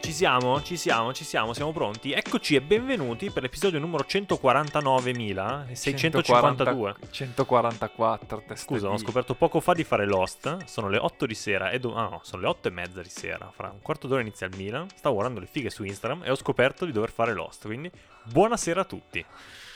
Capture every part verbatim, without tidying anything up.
Ci siamo, ci siamo, ci siamo, siamo pronti. Eccoci e benvenuti per l'episodio numero centoquarantanovemilaseicentocinquantadue. centoquarantaquattro. Scusa, ho scoperto poco fa di fare Lost. Sono le otto di sera e do- ah no, sono le otto e mezza di sera. Fra un quarto d'ora inizia il Milan. Stavo guardando le fighe su Instagram e ho scoperto di dover fare Lost. Quindi buonasera a tutti.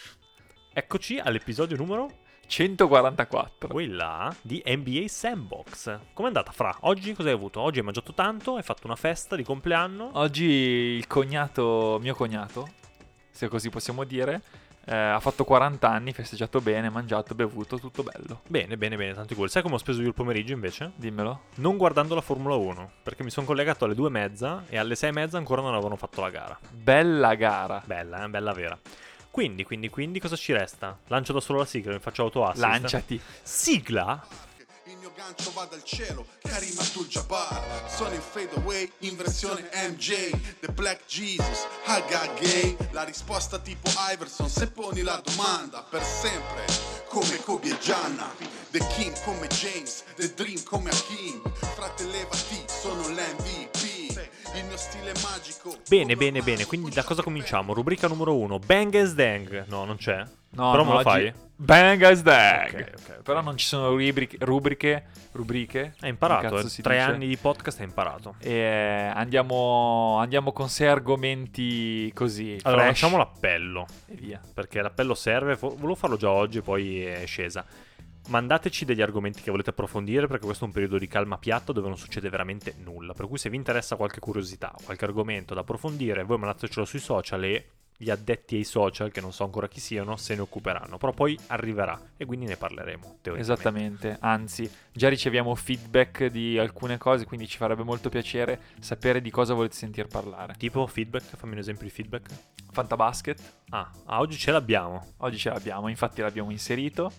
Eccoci all'episodio numero centoquarantaquattro. quella di N B A Sandbox. Com'è andata, Fra? Oggi cosa hai avuto? Oggi hai mangiato tanto? Hai fatto una festa di compleanno? Oggi il cognato, mio cognato, se così possiamo dire, eh, ha fatto quaranta anni, festeggiato bene, mangiato, bevuto, tutto bello. Bene, bene, bene, tanti cool. Sai come ho speso io il pomeriggio invece? Dimmelo. Non guardando la Formula uno, perché mi sono collegato alle due e mezza e alle sei e mezza ancora non avevano fatto la gara. Bella gara. Bella, eh? Bella vera. Quindi, quindi, quindi cosa ci resta? Lancio da solo la sigla, mi faccio auto-assist. Lanciati. Sigla? Il mio gancio va dal cielo, Karim Abdul-Jabbar. Sono in fade away, in versione M J. The Black Jesus, Haga Gay. La risposta tipo Iverson, se poni la domanda. Per sempre, come Kobe e Gianna. The King come James, The Dream come Hakim. Frate levati, sono l'M V P. Il mio stile magico. Bene, bene, bene. Quindi da cosa cominciamo? Rubrica numero uno, Bang as Dang. No, non c'è? No, Però no, me lo oggi- fai? Bang as dang. Ok, ok, ok. Però non ci sono rubriche, rubriche, rubriche. Hai imparato, Come cazzo eh? si Tre dice? anni di podcast hai imparato. E andiamo, andiamo con sei argomenti così, Allora, fresh, facciamo l'appello. e via. Perché l'appello serve, fo- volevo farlo già oggi, poi è scesa. Mandateci degli argomenti che volete approfondire, perché questo è un periodo di calma piatta dove non succede veramente nulla. Per cui se vi interessa qualche curiosità, qualche argomento da approfondire, voi mandatecelo sui social e gli addetti ai social, che non so ancora chi siano, se ne occuperanno. Però poi arriverà e quindi ne parleremo, teoricamente. Esattamente, anzi, già riceviamo feedback di alcune cose, quindi ci farebbe molto piacere sapere di cosa volete sentir parlare. Tipo feedback, fammi un esempio di feedback. Fantabasket, Ah, ah, oggi ce l'abbiamo. oggi ce l'abbiamo, infatti l'abbiamo inserito.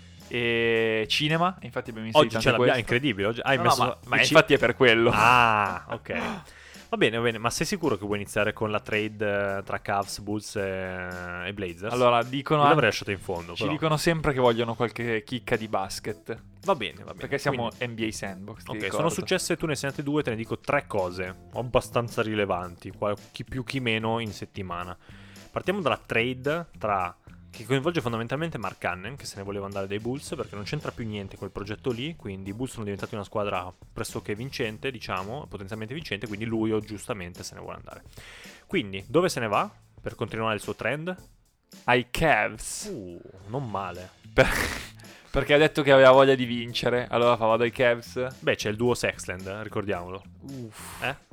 E cinema, infatti abbiamo inserito Oggi ce anche l'abbiamo, questo. incredibile. Oggi hai No, messo no, ma, ma il ci- infatti è per quello. Ah, ok. Va bene, va bene, ma sei sicuro che vuoi iniziare con la trade eh, tra Cavs, Bulls e, e Blazers? Allora, dicono Io anche- l'avrei lasciato in fondo, ci però. dicono sempre che vogliono qualche chicca di basket, Va bene, va bene. perché siamo Quindi- N B A Sandbox, ti Ok, ricordo. sono successe, tu ne sei andate due, te ne dico tre cose abbastanza rilevanti, qua- chi più chi meno in settimana. Partiamo dalla trade tra che coinvolge fondamentalmente Mark Cannon, che se ne voleva andare dai Bulls perché non c'entra più niente quel progetto lì, quindi i Bulls sono diventati una squadra pressoché vincente, diciamo, potenzialmente vincente, quindi lui o giustamente se ne vuole andare. Quindi, dove se ne va per continuare il suo trend? Ai Cavs. Uh, non male. Per- Perché ha detto che aveva voglia di vincere, allora fa vado ai Cavs. Beh, c'è il duo Sexland, eh, ricordiamolo. Uff. Eh?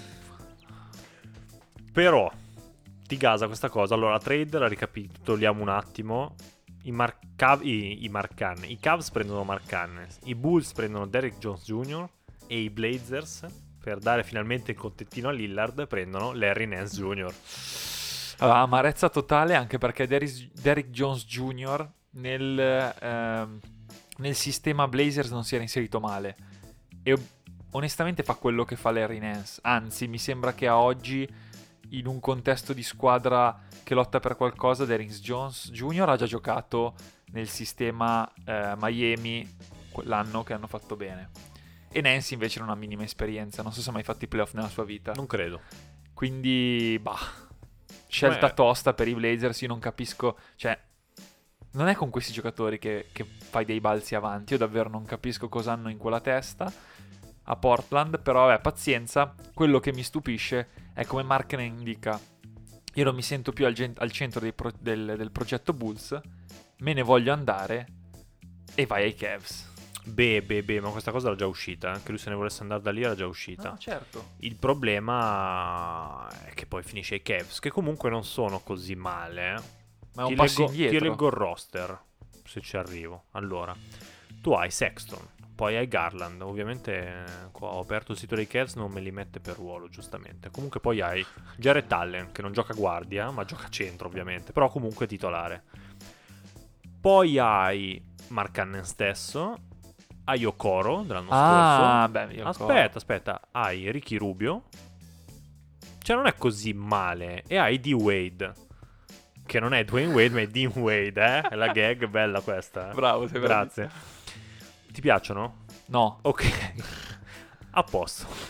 Però ti gasa questa cosa. Allora, la trade la ricapitoliamo un attimo. I, Mar- Cav- i, i Marcan, i Cavs prendono Marcan, i Bulls prendono Derrick Jones Junior e i Blazers, per dare finalmente il contettino a Lillard, prendono Larry Nance Junior Allora, amarezza totale anche perché Derrick, Derrick Jones Junior nel, ehm, nel sistema Blazers non si era inserito male e onestamente fa quello che fa Larry Nance. Anzi, mi sembra che a oggi, in un contesto di squadra che lotta per qualcosa, Derrick Jones Junior ha già giocato nel sistema eh, Miami l'anno che hanno fatto bene. E Nance invece non ha minima esperienza, non so se ha mai fatto i playoff nella sua vita. Non credo. Quindi, bah, scelta Beh. tosta per i Blazers. Io non capisco, cioè, non è con questi giocatori che, che fai dei balzi avanti. Io davvero non capisco cosa hanno in quella testa a Portland, però vabbè, pazienza. Quello che mi stupisce è come Markkanen dica: io non mi sento più al, gen- al centro dei pro- del, del progetto Bulls, me ne voglio andare, e vai ai Cavs. Beh, beh, beh, ma questa cosa era già uscita, eh. Che lui se ne volesse andare da lì era già uscita. No, certo. Il problema è che poi finisce ai Cavs, che comunque non sono così male, eh. Ma è un Ti passo leggo, indietro. ti leggo il roster, se ci arrivo. Allora, tu hai Sexton, poi hai Garland. Ovviamente eh, qua ho aperto il sito dei Cavs, non me li mette per ruolo, giustamente. Comunque poi hai Jarrett Allen, che non gioca guardia, ma gioca centro, ovviamente. Però comunque è titolare. Poi hai Mark Cannon stesso. Hai Okoro dell'anno Ah, scorso. beh, io Aspetta, aspetta. Hai Ricky Rubio. Cioè non è così male. E hai D-Wade, che non è Dwayne Wade, ma è Dean Wade, eh? È la gag bella questa. eh? Bravo, sei Grazie. Ti piacciono? No. Ok. A posto.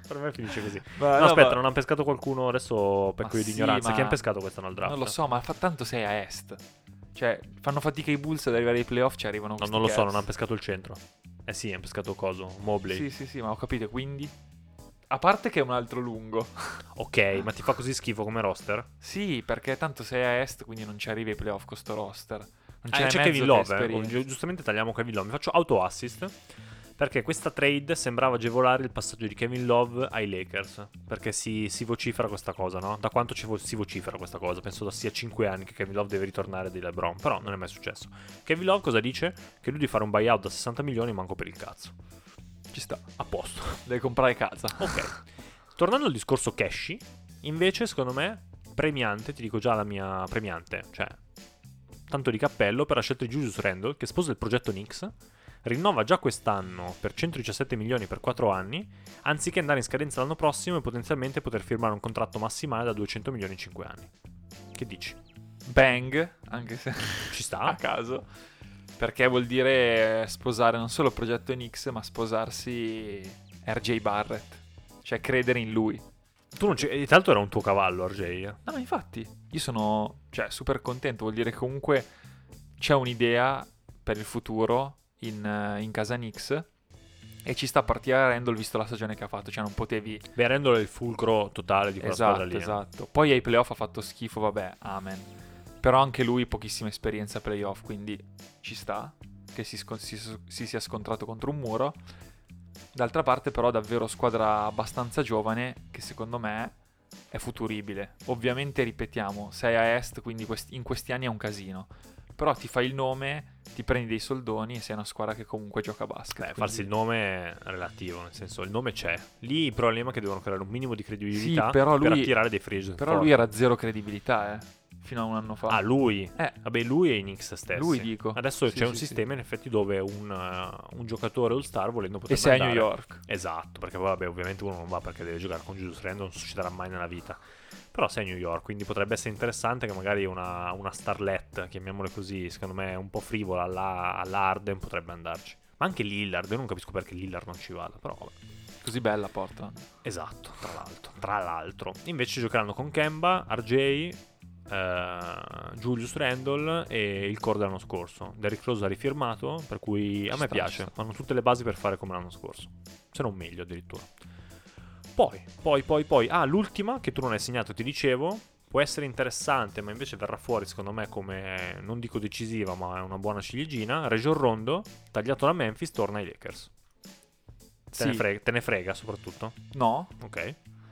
Per me finisce così. Ma no, no, aspetta, ma- non hanno pescato qualcuno. Adesso pecco Ma di sì, ignoranza. ma- Chi hanno pescato quest'anno al draft? Non lo so, ma fa tanto sei a est. Cioè, fanno fatica i Bulls ad arrivare ai playoff, ci arrivano No, questi non lo so, Cavs. non hanno pescato il centro. Eh sì, hanno pescato coso, Mobley. Sì, sì, sì, ma ho capito, quindi... A parte che è un altro lungo. Ok, ma ti fa così schifo come roster? Sì, perché tanto sei a est, quindi non ci arrivi ai playoff con sto roster. Non Ah, c'è, c'è mezzo Kevin che Love, eh. esperienza. Gi- giustamente tagliamo Kevin Love. Mi faccio auto assist perché questa trade sembrava agevolare il passaggio di Kevin Love ai Lakers. Perché si, si vocifera questa cosa, no? Da quanto ci vo- si vocifera questa cosa? Penso da sia cinque anni che Kevin Love deve ritornare di LeBron. Però non è mai successo. Kevin Love cosa dice? Che lui di fare un buyout da sessanta milioni manco per il cazzo. Ci sta. A posto. Devi comprare casa. Ok. Tornando al discorso cashy, invece secondo me premiante, ti dico già la mia premiante, cioè tanto di cappello per la scelta di Julius Randle che sposa il progetto Knicks, rinnova già quest'anno per centodiciassette milioni per quattro anni, anziché andare in scadenza l'anno prossimo e potenzialmente poter firmare un contratto massimale da duecento milioni in cinque anni. Che dici? Bang, anche se Ci sta? a caso. Perché vuol dire sposare non solo il progetto Knicks, ma sposarsi R J Barrett. Cioè credere in lui. Tu non ci... Tra l'altro era un tuo cavallo, R J. eh. No, ma infatti, io sono cioè, super contento. Vuol dire che comunque c'è un'idea per il futuro in, eh, in casa Knicks. E ci sta a partire a Randall visto la stagione che ha fatto. Cioè non potevi... Beh, Randle è il fulcro totale di quella Esatto, squadra lì. eh. esatto. Poi ai playoff ha fatto schifo, vabbè, amen. Però anche lui pochissima esperienza playoff, quindi ci sta che si, scon- si, si sia scontrato contro un muro. D'altra parte però davvero squadra abbastanza giovane che secondo me è futuribile. Ovviamente ripetiamo, sei a est, quindi questi- in questi anni è un casino. Però ti fai il nome, ti prendi dei soldoni e sei una squadra che comunque gioca a basket. Beh, quindi- farsi il nome è relativo, nel senso il nome c'è. Lì il problema è che devono creare un minimo di credibilità Sì, però per lui- attirare dei free agent Però forti. lui era zero credibilità, eh, fino a un anno fa. Ah, lui? Eh, Vabbè, lui e i Knicks stessi. Lui, dico. Adesso Sì, c'è sì, un sì. sistema in effetti dove un, uh, un giocatore all-star volendo potrebbe e sei a andare. New York. Esatto, perché poi vabbè, ovviamente uno non va perché deve giocare con Julius Randle, non succederà mai nella vita. Però sei a New York, quindi potrebbe essere interessante che magari una, una starlet, chiamiamole così, secondo me un po' frivola alla, alla Harden potrebbe andarci. Ma anche Lillard, io non capisco perché Lillard non ci vada, però vabbè. Così bella porta. Esatto, tra l'altro. Tra l'altro. Invece giocheranno con Kemba, R J, eh, Julius Randle e il core dell'anno scorso. Derrick Rose ha rifirmato, per cui a Ci me sta, piace. ci sta. Hanno tutte le basi per fare come l'anno scorso. Se non meglio addirittura. Poi, poi, poi, poi. Ah, l'ultima che tu non hai segnato, ti dicevo. Può essere interessante, ma invece verrà fuori secondo me come, non dico decisiva, ma è una buona ciliegina. Rajon Rondo, tagliato da Memphis, torna ai Lakers. Te, ne, Sì. frega, te ne frega soprattutto. No, Ok.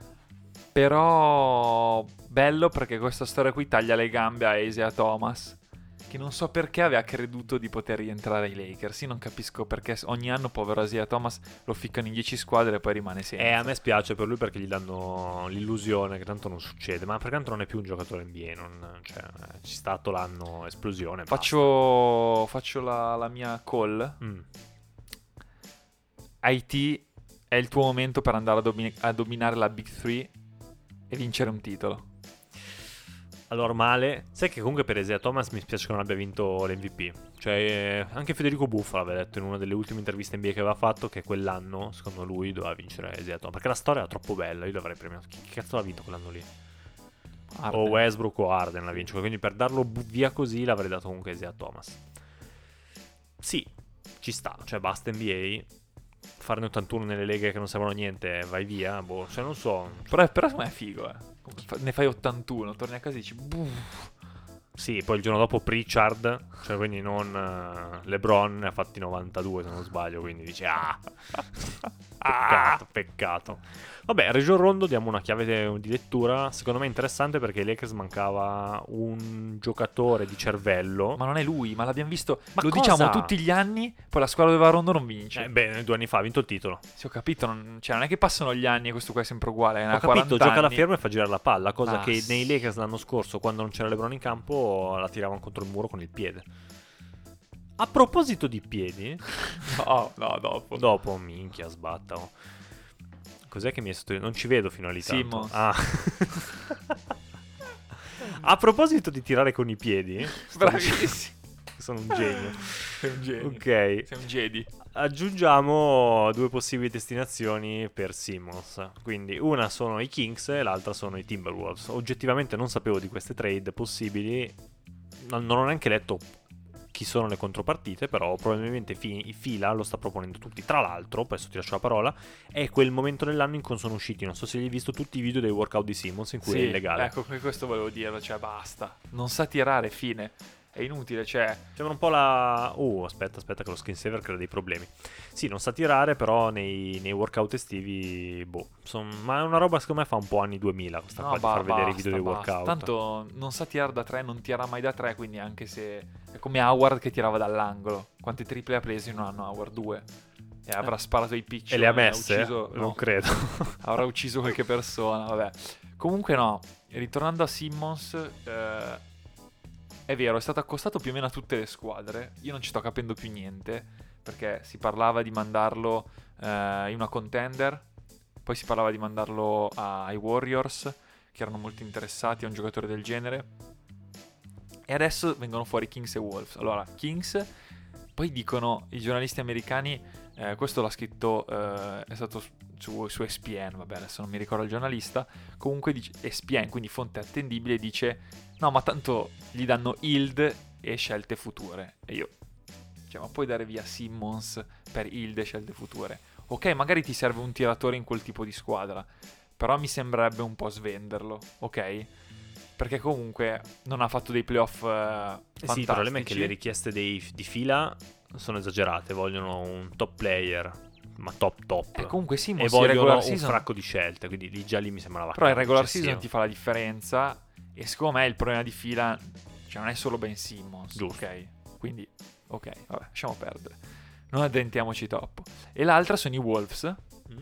però bello perché questa storia qui taglia le gambe a Isaiah Thomas, che non so perché aveva creduto di poter rientrare ai Lakers. Io non capisco perché ogni anno povero Isaiah Thomas lo ficcano in dieci squadre e poi rimane sempre. Eh, a me spiace per lui perché gli danno l'illusione che tanto non succede, ma perché tanto non è più un giocatore N B A, non, cioè, eh, ci è stato l'anno esplosione. Faccio, faccio la, la mia call. basta. Mm. I T è il tuo momento per andare a, domi- a dominare la Big Three e vincere un titolo. Allora, male. Sai che comunque per Isaiah Thomas mi spiace che non abbia vinto l'M V P. Cioè, eh, anche Federico Buffa l'aveva detto in una delle ultime interviste N B A che aveva fatto che quell'anno, secondo lui, doveva vincere Isaiah Thomas. Perché la storia era troppo bella, io l'avrei premiato. Chi, chi cazzo l'ha vinto quell'anno lì? Harden. O Westbrook o Harden la vince. Quindi per darlo bu- via così l'avrei dato comunque a Isaiah Thomas. Sì, ci sta. Cioè, basta N B A. Farne ottantuno nelle leghe che non servono a niente, vai via. Boh, cioè, non so. Però, però secondo me è figo, eh. Come fa- Ne fai ottantuno, torni a casa e dici "Buff". Sì, poi il giorno dopo Pritchard, cioè quindi non uh, LeBron ne ha fatti novantadue se non sbaglio, quindi dice ah, peccato, peccato. Vabbè, Rajon Rondo diamo una chiave di lettura, secondo me interessante perché ai Lakers mancava un giocatore di cervello. Ma non è lui, ma l'abbiamo visto, Ma lo cosa? diciamo tutti gli anni, poi la squadra dove va Rondo non vince. Eh, beh, due anni fa ha vinto il titolo. Sì, ho capito, non, cioè, non è che passano gli anni e questo qua è sempre uguale, è Ho una capito, quaranta gioca la anni. ferma e fa girare la palla, cosa Ah, che sì. nei Lakers l'anno scorso, quando non c'era LeBron in campo, la tiravano contro il muro con il piede. A proposito di piedi, No, no, dopo. dopo, minchia, sbatta. oh. Cos'è che mi è stato... Non ci vedo fino a lì tanto. Simmons. Ah. A proposito di tirare con i piedi, Bravissimo. Sono un genio. Sei un genio. Ok. Sei un Jedi. Aggiungiamo due possibili destinazioni per Simmons. Quindi una sono i Kings e l'altra sono i Timberwolves. Oggettivamente non sapevo di queste trade possibili. Non, non ho neanche letto chi sono le contropartite, però probabilmente fi- Fila lo sta proponendo tutti. Tra l'altro, adesso ti lascio la parola, è quel momento dell'anno in cui sono usciti, non so se hai visto tutti i video dei workout di Simmons in cui Sì, è illegale. ecco, questo volevo dirlo, cioè basta. Non sa tirare, fine. È inutile, cioè... Sembra un po' la... Uh, aspetta, aspetta che lo screensaver crea dei problemi. Sì, non sa tirare, però nei, nei workout estivi, boh. Son... Ma è una roba, secondo me, fa un po' anni duemila, questa No, qua, ba- di far vedere i basta, video dei basta. workout. Tanto non sa tirare da tre, non tira mai da tre, quindi anche se... È come Howard che tirava dall'angolo. Quanti triple ha presi in un anno Howard? Due. E avrà sparato i picci. E le ha messe? Ucciso... Non no. credo. Avrà ucciso qualche persona, vabbè. Comunque no, ritornando a Simmons... Eh... È vero, è stato accostato più o meno a tutte le squadre. Io non ci sto capendo più niente, perché si parlava di mandarlo eh, in una contender, poi si parlava di mandarlo ai Warriors, che erano molto interessati a un giocatore del genere, e adesso vengono fuori Kings e Wolves. Allora, Kings, poi dicono i giornalisti americani, eh, questo l'ha scritto, eh, è stato su, su E S P N, vabbè adesso non mi ricordo il giornalista, comunque dice, E S P N, quindi fonte attendibile, dice no ma tanto gli danno Hield e scelte future, e io, cioè ma puoi dare via Simmons per Hield e scelte future? Ok, magari ti serve un tiratore in quel tipo di squadra, però mi sembrerebbe un po' svenderlo, ok? Perché comunque non ha fatto dei playoff eh, fantastici. Sì, il problema è che le richieste dei, di Fila sono esagerate, vogliono un top player, ma top top. E comunque Simmons e vogliono regular un season... fracco di scelte, quindi lì già lì mi sembrava. Però il regular eccessivo. season ti fa la differenza, e secondo me il problema di Fila, cioè non è solo Ben Simmons, Giusto. ok? Quindi, ok, vabbè, lasciamo perdere. Non addentriamoci troppo. E l'altra sono i Wolves. Mm.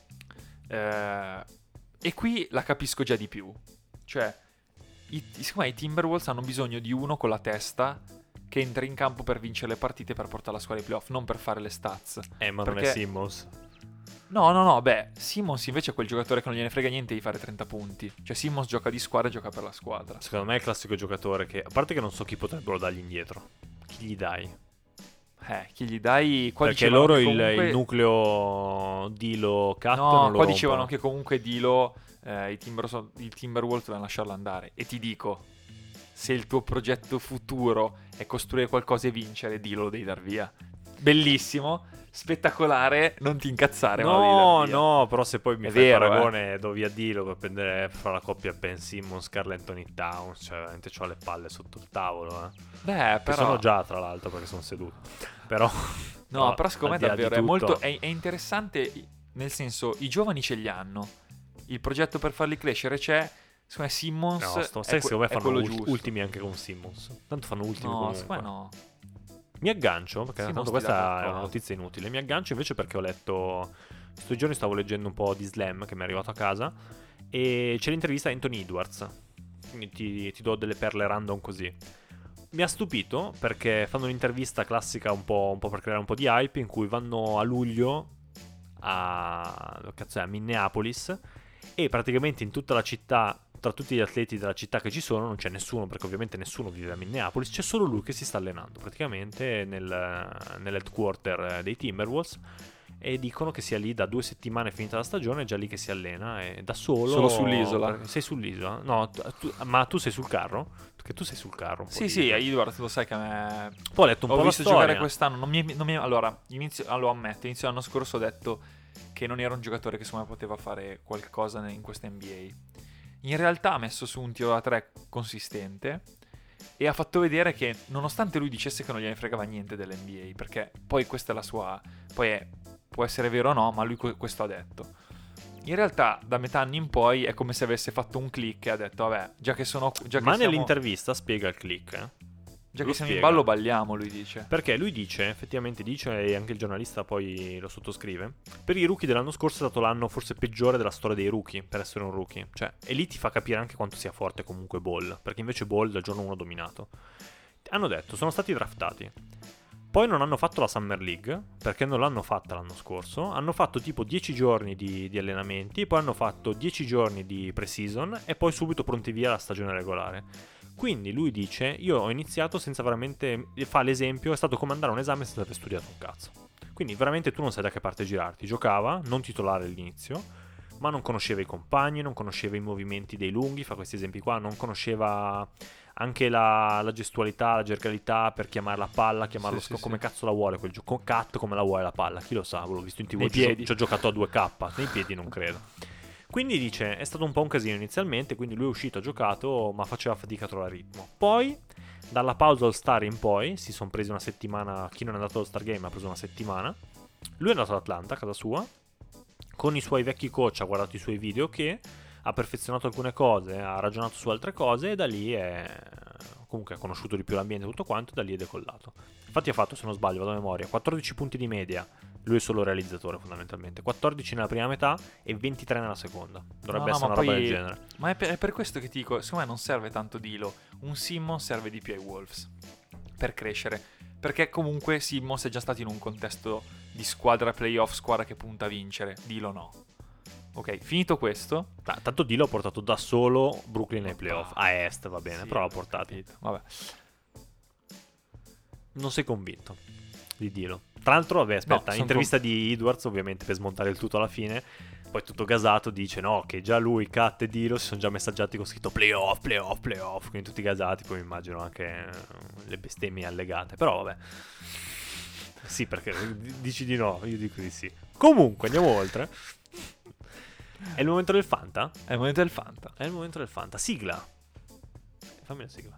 Eh, e qui la capisco già di più. Cioè, i, secondo me i Timberwolves hanno bisogno di uno con la testa che entri in campo per vincere le partite, per portare la squadra ai playoff, non per fare le stats. Eh, ma non Perché- è Simmons. No, no, no, beh, Simmons invece è quel giocatore che non gliene frega niente di fare trenta punti. Cioè Simmons gioca di squadra e gioca per la squadra. Secondo me è il classico giocatore che, a parte che non so chi potrebbero dargli indietro. Chi gli dai? Eh, chi gli dai... Qua Perché dicevano loro che il, comunque- il nucleo Dilo Cat No, non lo qua dicevano rompono. che comunque Dilo, eh, i, Timber, i Timberwolves devono lasciarlo andare. E ti dico, se il tuo progetto futuro è costruire qualcosa e vincere, Dilo lo devi dar via. Bellissimo, spettacolare, non ti incazzare. ma lo devi No, dar via. no, però se poi mi È fai il vero, paragone do via Dilo per prendere per fare la coppia Ben Simmons, Karl Anthony Towns, cioè veramente c'ho le palle sotto il tavolo, eh. Beh, Che però... sono già tra l'altro perché sono seduto. Però No, no, però secondo al me di là di davvero è tutto- molto è, è interessante, nel senso, i giovani ce li hanno, il progetto per farli crescere c'è. Secondo me Simmons No, sto, è, sai, que- secondo me è fanno quello ult- giusto. ultimi anche con Simmons. Tanto fanno ultimi No, comunque. secondo me no. Mi aggancio, perché Simmons tanto ti dà questa è qualcosa. una notizia inutile. Mi aggancio invece perché ho letto. Questi giorni stavo leggendo un po' di Slam che mi è arrivato a casa. E c'è l'intervista a Anthony Edwards. Quindi ti, ti do delle perle random così. Mi ha stupito perché fanno un'intervista classica un po', un po' per creare un po' di hype. In cui vanno a luglio a, cazzo è, a Minneapolis. E praticamente in tutta la città, tra tutti gli atleti della città che ci sono, non c'è nessuno, perché ovviamente nessuno vive a Minneapolis, c'è solo lui che si sta allenando praticamente nel, nell'headquarter dei Timberwolves, e dicono che sia lì da due settimane finita la stagione, è già lì che si allena, e da solo... Solo sull'isola? perché- Sei sull'isola? No, tu- tu- ma tu sei sul carro? Perché tu sei sul carro un po' Sì, di- sì, Edwards lo sai che a me... Poi ho letto un Ho po' visto la storia. giocare quest'anno, non mi, non mi- allora, inizio, ah, lo ammetto, inizio l'anno scorso ho detto che non era un giocatore che secondo me poteva fare qualcosa in questa N B A. In realtà ha messo su un tiro da tre consistente e ha fatto vedere che nonostante lui dicesse che non gliene fregava niente dell'N B A, perché poi questa è la sua, poi è, può essere vero o no, ma lui que- questo ha detto. In realtà da metà anno in poi è come se avesse fatto un click e ha detto vabbè, già che sono già che Ma siamo, nell'intervista spiega il click, eh? già lo che siamo in spiega. ballo balliamo, lui dice. Perché lui dice, effettivamente dice, e anche il giornalista poi lo sottoscrive, per i rookie dell'anno scorso è stato l'anno forse peggiore della storia dei rookie, per essere un rookie. Cioè, e lì ti fa capire anche quanto sia forte comunque Ball, perché invece Ball dal giorno uno ha dominato. Hanno detto, sono stati draftati. Poi non hanno fatto la Summer League, perché non l'hanno fatta l'anno scorso. Hanno fatto tipo dieci giorni di, di allenamenti, poi hanno fatto dieci giorni di pre-season e poi subito pronti via alla stagione regolare. Quindi lui dice, io ho iniziato senza veramente, fa l'esempio, è stato come andare a un esame senza aver studiato un cazzo. Quindi veramente tu non sai da che parte girarti. Giocava, non titolare all'inizio, ma non conosceva i compagni, non conosceva i movimenti dei lunghi, fa questi esempi qua, non conosceva anche la, la gestualità, la gergalità per chiamare la palla, chiamarlo Sì, sco- sì, come sì. cazzo la vuole quel gioco, cat come la vuole la palla, chi lo sa, l'ho visto in tv, Nei ci, ho- piedi. ci ho giocato a due K, nei piedi non credo. Quindi dice, è stato un po' un casino inizialmente, quindi lui è uscito, ha giocato, ma faceva fatica a trovare ritmo. Poi, dalla pausa All Star in poi, si sono presi una settimana, chi non è andato allo Star Game ha preso una settimana, lui è andato ad Atlanta, a casa sua, con i suoi vecchi coach, ha guardato i suoi video che ha perfezionato alcune cose, ha ragionato su altre cose e da lì è comunque ha conosciuto di più l'ambiente e tutto quanto, da lì è decollato. Infatti ha fatto, se non sbaglio, vado a memoria, quattordici punti di media, lui è solo realizzatore fondamentalmente, quattordici nella prima metà e ventitré nella seconda. Dovrebbe No, no, essere ma una roba poi- del genere. Ma è per, è per questo che ti dico, secondo me non serve tanto Dilo. Un Simmons serve di più ai Wolves per crescere. Perché comunque Simmons è già stato in un contesto di squadra playoff, squadra che punta a vincere. Dilo no. Ok, finito questo. Ah, tanto D l'ho portato da solo Brooklyn ai playoff, a est va bene, Sì, però l'ho ho portati. capito. Vabbè. Non sei convinto di Dilo. Tra l'altro, vabbè, aspetta, son intervista di Edwards, ovviamente per smontare il tutto alla fine. Poi tutto gasato dice no, che già lui, Kat e Dilo si sono già messaggiati con scritto playoff, playoff, playoff. Quindi tutti gasati, poi mi immagino anche eh, le bestemmie allegate. Però vabbè. Sì, perché dici di no, io dico di sì. Comunque, andiamo oltre. È il momento del Fanta? È il momento del Fanta. È il momento del Fanta. Sigla. Fammi la sigla.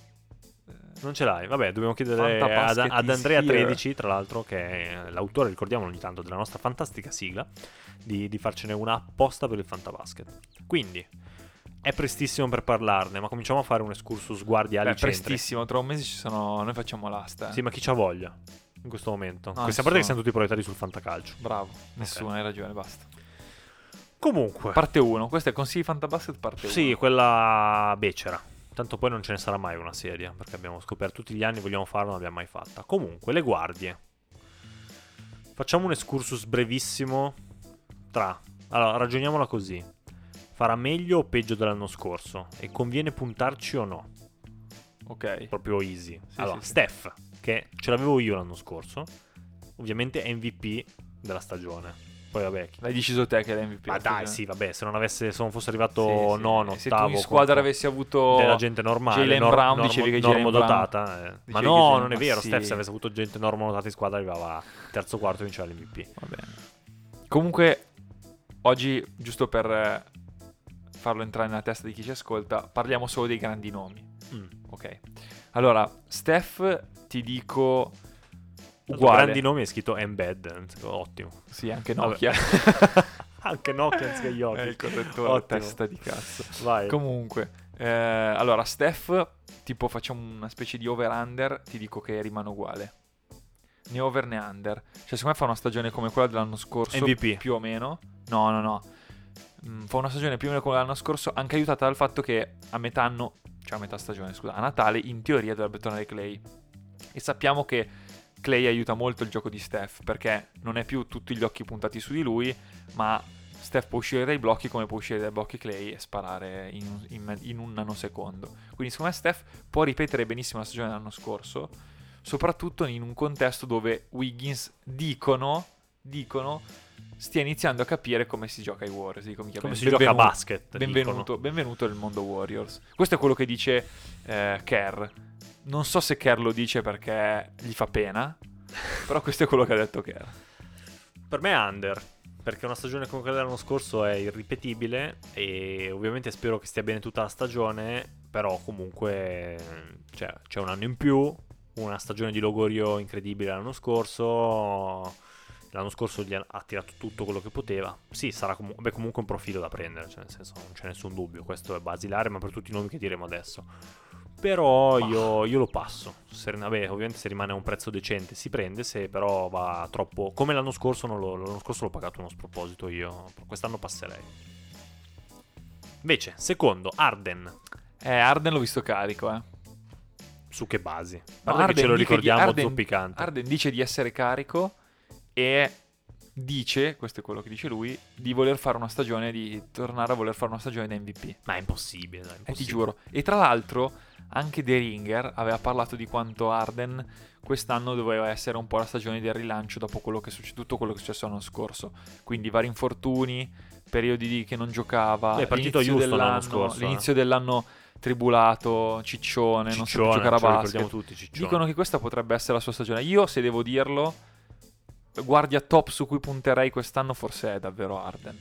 Non ce l'hai? Vabbè, dobbiamo chiedere Fanta ad, Basket ad is Andrea here. tredici, tra l'altro, che è l'autore, ricordiamolo ogni tanto, della nostra fantastica sigla, di, di farcene una apposta per il Fantabasket. Quindi, è prestissimo per parlarne, ma cominciamo a fare un excursus guardiali Beh, centri. prestissimo, tra un mese ci sono. Noi facciamo l'asta. eh. Sì, ma chi c'ha voglia in questo momento? No, Questa parte che nessuno. siamo tutti proprietari sul Fantacalcio. Bravo, nessuno, hai ragione, basta. Comunque, Parte uno, questo è consigli Fantabasket parte uno. sì, quella becera. Tanto poi non ce ne sarà mai una serie, perché abbiamo scoperto tutti gli anni, vogliamo farla, non l'abbiamo mai fatta. Comunque, le guardie. Facciamo un excursus brevissimo tra... Allora, ragioniamola così. Farà meglio o peggio dell'anno scorso? E conviene puntarci o no? Ok. Proprio easy. Allora, sì, sì. Steph, che ce l'avevo io l'anno scorso, ovviamente M V P della stagione. Poi vabbè, chi- L'hai deciso te che è l'M V P. ma dai, sì, vabbè, se non avesse, se non fosse arrivato Sì, sì. nono, Se tu ottavo, in squadra con- avessi avuto della gente normale, Jaylen nor- Brown, normo- dicevi che Jaylen normodotata, eh. Brown- ma dicevi no, che Jaylen- non è ma vero. sì. Steph, se avesse avuto gente normodotata in squadra, arrivava terzo quarto e vinceva l'M V P. Va bene. Comunque, oggi, giusto per eh, farlo entrare nella testa di chi ci ascolta, parliamo solo dei grandi nomi. Mm. Ok. Allora, Steph, ti dico Tanto uguale. grandi nomi è scritto Embed, ottimo. Sì, anche Vabbè. Nokia. Anche Nokia anziché gli occhi. È il correttore, Ottimo. testa di cazzo. Vai. Comunque, eh, allora, Steph, tipo facciamo una specie di over-under, ti dico che rimane uguale. Né over né under. Cioè, secondo me fa una stagione come quella dell'anno scorso. M V P. Più o meno. No, no, no. Mm, fa una stagione più o meno come l'anno scorso, anche aiutata dal fatto che a metà anno, cioè a metà stagione, scusa, a Natale, in teoria dovrebbe tornare Clay. E sappiamo che Clay aiuta molto il gioco di Steph, perché non è più tutti gli occhi puntati su di lui, ma Steph può uscire dai blocchi come può uscire dai blocchi Clay e sparare in, in, in un nanosecondo. Quindi secondo me Steph può ripetere benissimo la stagione dell'anno scorso, soprattutto in un contesto dove Wiggins dicono, dicono stia iniziando a capire come si gioca ai Warriors. Dico, mica, Come ben- si gioca a benvenuto- basket, Benvenuto, dicono. benvenuto nel mondo Warriors. Questo è quello che dice eh, Kerr. Non so se Kerr lo dice perché gli fa pena, però questo è quello che ha detto Kerr. Per me è under, perché una stagione come quella dell'anno scorso è irripetibile e ovviamente spero che stia bene tutta la stagione, però comunque cioè, c'è un anno in più, una stagione di logorio incredibile l'anno scorso, l'anno scorso gli ha, ha tirato tutto quello che poteva. Sì, sarà comu- beh, comunque un profilo da prendere, cioè nel senso non c'è nessun dubbio, questo è basilare, ma per tutti i nomi che diremo adesso. Però io, io lo passo. Se, vabbè, ovviamente se rimane a un prezzo decente si prende, se però va troppo... Come l'anno scorso, non lo, l'anno scorso l'ho pagato uno sproposito io, quest'anno passerei. Invece, secondo, Arden. Eh, Arden l'ho visto carico, eh. Su che basi? No, Guarda che ce lo dice di- ricordiamo Arden- zoppicante. Arden dice di essere carico e dice, questo è quello che dice lui, di voler fare una stagione, di tornare a voler fare una stagione da M V P. Ma è impossibile, dai, è E impossibile. ti giuro. E tra l'altro anche The Ringer aveva parlato di quanto Harden quest'anno doveva essere un po' la stagione del rilancio dopo quello che è successo, tutto quello che è successo l'anno scorso. Quindi vari infortuni, periodi di che non giocava, Beh, è partito l'inizio Houston l'anno dell'anno, scorso, eh. l'inizio dell'anno tribulato, ciccione, non sa più Ciccione, giocare a ce lo basket. ricordiamo tutti, Ciccione. Dicono che questa potrebbe essere la sua stagione. Io, se devo dirlo, guardia top su cui punterei quest'anno forse è davvero Harden.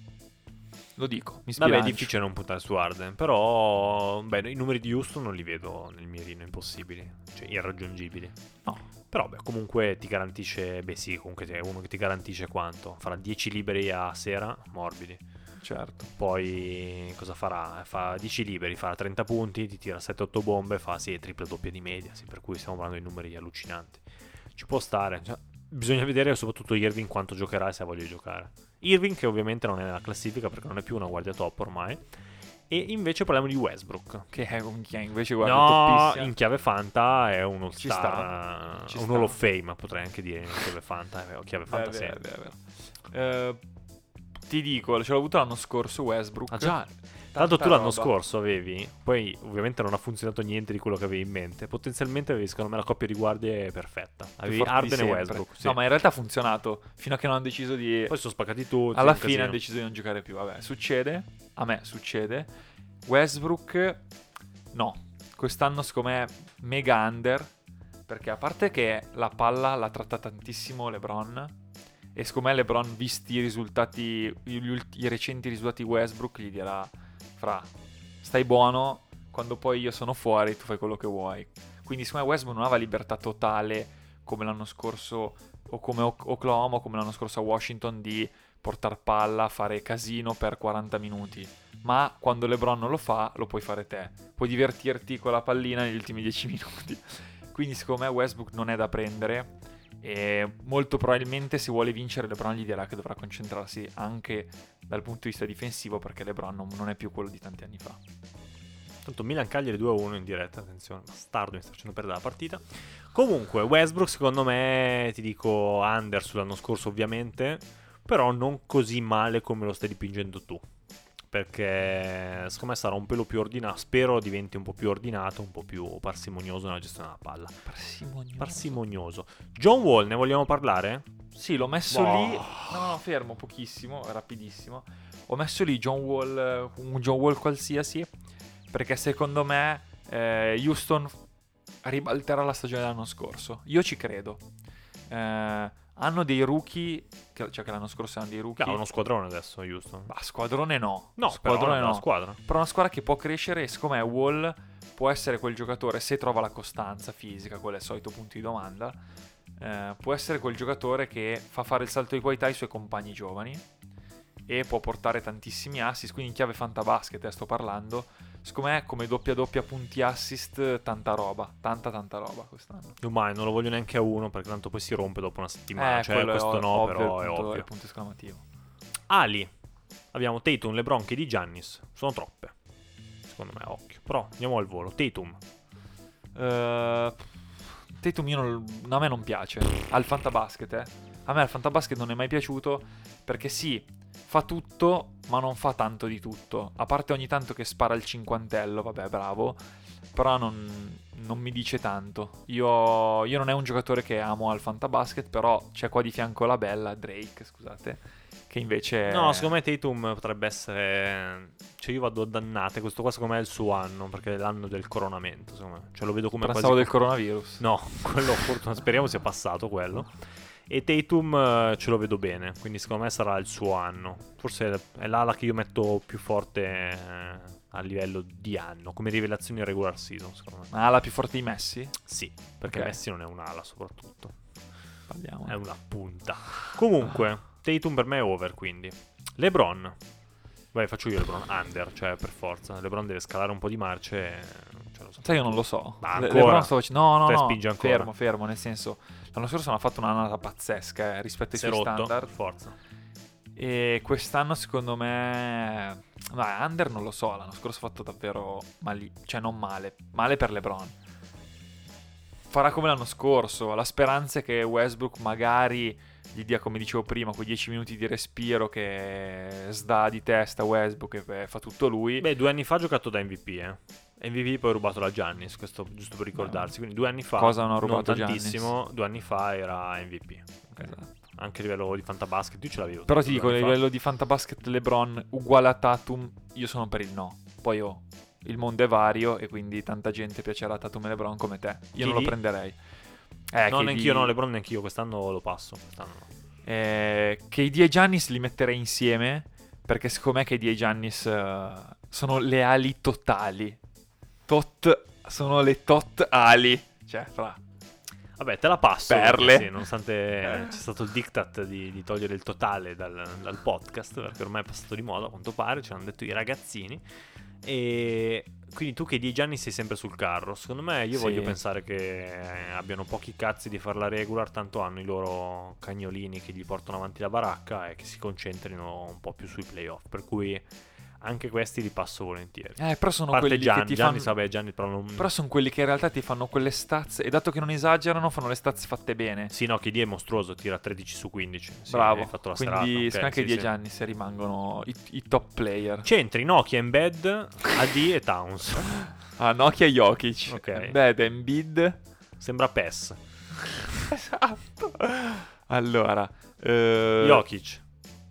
Lo dico, mi Vabbè, sbilancio. è difficile non puntare su Harden, però beh, i numeri di Houston non li vedo nel mirino, impossibili, cioè irraggiungibili. No. Però beh, comunque ti garantisce, beh sì, comunque è uno che ti garantisce quanto? Farà dieci liberi a sera, morbidi. Certo. Poi cosa farà? Fa dieci liberi, fa trenta punti, ti tira sette otto bombe, fa sì, triple doppia di media, sì, per cui stiamo parlando di numeri allucinanti. Ci può stare, cioè, bisogna vedere soprattutto Irving quanto giocherà e se ha voglia di giocare. Irving che ovviamente non è nella classifica perché non è più una guardia top ormai. E invece parliamo di Westbrook. Che è un chi invece guarda No, toppissima. in chiave Fanta è uno Ci star, sta, ci un sta. Hall of Fame potrei anche dire in chiave Fanta, eh, chiave Fanta Beh, sì. beh, beh, beh. Eh, ti dico, ce l'ho avuto l'anno scorso Westbrook. Ah già, Tanta tanto tu l'anno roba. scorso avevi, poi ovviamente non ha funzionato niente di quello che avevi in mente, potenzialmente avevi secondo me la coppia di guardie perfetta, Più avevi forti di Harden e sempre. Westbrook, sì. No, ma in realtà ha funzionato fino a che non hanno deciso di... Poi sono spaccati tutti, Alla un fine casino. hanno deciso di non giocare più. Vabbè, succede. A me succede. Westbrook, no. Quest'anno, secondo me, mega under. Perché a parte che la palla la tratta tantissimo LeBron. E secondo me LeBron, visti i risultati, gli ulti- i recenti risultati di Westbrook, gli dirà: fra, stai buono. Quando poi io sono fuori, tu fai quello che vuoi. Quindi, secondo me, Westbrook non aveva libertà totale come l'anno scorso, o come O- Oklahoma, o come l'anno scorso a Washington, di portare palla, fare casino per quaranta minuti. Ma quando LeBron non lo fa, lo puoi fare te. Puoi divertirti con la pallina negli ultimi dieci minuti. Quindi secondo me Westbrook non è da prendere e molto probabilmente se vuole vincere LeBron gli dirà che dovrà concentrarsi anche dal punto di vista difensivo perché LeBron non, non è più quello di tanti anni fa. Tanto Milan Cagliari due a uno in diretta, attenzione, bastardo, mi sta facendo perdere la partita. Comunque Westbrook secondo me, ti dico under sull'anno scorso ovviamente, però non così male come lo stai dipingendo tu. Perché secondo me sarà un pelo più ordinato, spero diventi un po' più ordinato, un po' più parsimonioso nella gestione della palla. Parsimonioso. Parsimonioso. John Wall, ne vogliamo parlare? Sì, l'ho messo Boh. lì. No, no, fermo, pochissimo, rapidissimo. Ho messo lì John Wall, un John Wall qualsiasi, perché secondo me eh, Houston ribalterà la stagione dell'anno scorso. Io ci credo. Eh, hanno dei rookie, che- cioè che l'anno scorso hanno dei rookie. Ha uno squadrone adesso Houston. Ma squadrone no. No, squadrone però è no. una squadra. Però una squadra che può crescere e secondo me Wall può essere quel giocatore, se trova la costanza fisica, quello è il solito punto di domanda, eh, può essere quel giocatore che fa fare il salto di qualità ai suoi compagni giovani e può portare tantissimi assist, quindi in chiave fantabasket eh, sto parlando. Secondo me come doppia doppia punti assist tanta roba, tanta tanta roba quest'anno. Ormai non lo voglio neanche a uno perché tanto poi si rompe dopo una settimana. Eh, cioè quello è questo ov- no, ovvio, però il è punto- ovvio. il punto esclamativo. Ali. Abbiamo Tatum, LeBron che di Giannis. Sono troppe. Secondo me, occhio. Però andiamo al volo. Tatum. Uh, Tatum io non, a me non piace al fantabasket eh. A me al fantabasket non è mai piaciuto perché sì, fa tutto ma non fa tanto di tutto, a parte ogni tanto che spara il cinquantello, vabbè bravo, però non, non mi dice tanto. Io, io non è un giocatore che amo al fantabasket, però c'è qua di fianco la bella Drake, scusate, che invece No, secondo me Tatum potrebbe essere... Cioè io vado a dannate. Questo qua secondo me è il suo anno, perché è l'anno del coronamento, secondo me. Cioè lo vedo come pensavo quasi... del coronavirus. No, quello fortuna- speriamo sia passato quello. E Tatum eh, ce lo vedo bene, quindi secondo me sarà il suo anno. Forse è l'ala che io metto più forte eh, a livello di anno, come rivelazione in regular season, secondo me. Ah, la più forte di Messi? Sì, perché Ok. Messi non è un'ala soprattutto, Parliamo. è una punta. Comunque, Tatum per me è over, quindi. LeBron. Vai, faccio io LeBron under, cioè per forza. LeBron deve scalare un po' di marce. e- Cioè, lo so. Sai, io non lo so. Ma Le- ancora? LeBron stavo facendo- No, no, Te no. spingi ancora? Fermo, fermo. Nel senso, l'anno scorso hanno fatto un'annata pazzesca eh, rispetto ai Si è suoi rotto, standard. per forza. E quest'anno, secondo me, no, under non lo so. L'anno scorso ha fatto davvero male, cioè non male, male per LeBron. farà come l'anno scorso. La speranza è che Westbrook magari gli dia, come dicevo prima, quei dieci minuti di respiro, che sdà di testa Westbrook e fa tutto lui. Beh, due anni fa ha giocato da M V P, eh. M V P poi rubato da Giannis, questo giusto per ricordarsi. Quindi due anni fa, cosa hanno rubato non tantissimo, due anni fa era M V P. Okay. Esatto. Anche a livello di fantabasket, io ce l'avevo. Però ti dico, a livello di fantabasket LeBron uguale a Tatum, io sono per il no. Poi oh, il mondo è vario e quindi tanta gente piacerà a Tatum e LeBron come te. Io Chi non lo di? prenderei. Eh, no, K D... neanch'io, no, LeBron neanch'io, quest'anno lo passo. Quest'anno no. Eh, K D e Giannis li metterei insieme, perché secondo me K D e Giannis uh, sono le ali totali. Tot, sono le tot ali. Cioè, fra... Vabbè, te la passo. Perle. Sì, nonostante c'è stato il diktat di, di togliere il totale dal, dal podcast, perché ormai è passato di moda, a quanto pare, ce l'hanno detto i ragazzini. E quindi tu che di Gianni sei sempre sul carro. Secondo me io Sì. voglio pensare che abbiano pochi cazzi di fare la regular, tanto hanno i loro cagnolini che gli portano avanti la baracca e che si concentrino un po' più sui playoff. Per cui anche questi li passo volentieri. Eh, però sono A parte quelli Gian, che ti Gianni, fanno... vabbè, Gianni però non... Però sono quelli che in realtà ti fanno quelle stazze, e dato che non esagerano, fanno le stazze fatte bene. Sì, no, K D è mostruoso, tira tredici su quindici. Sì, Bravo. hai fatto la Quindi serata. anche Okay, K D sì, e sì. Gianni se rimangono i, i top player. Centri, Nokia, Embed, A D e Towns. Ah, Nokia e Jokic. Ok. Beh, Embiid. Sembra P E S. Esatto. Allora, eh, Jokic.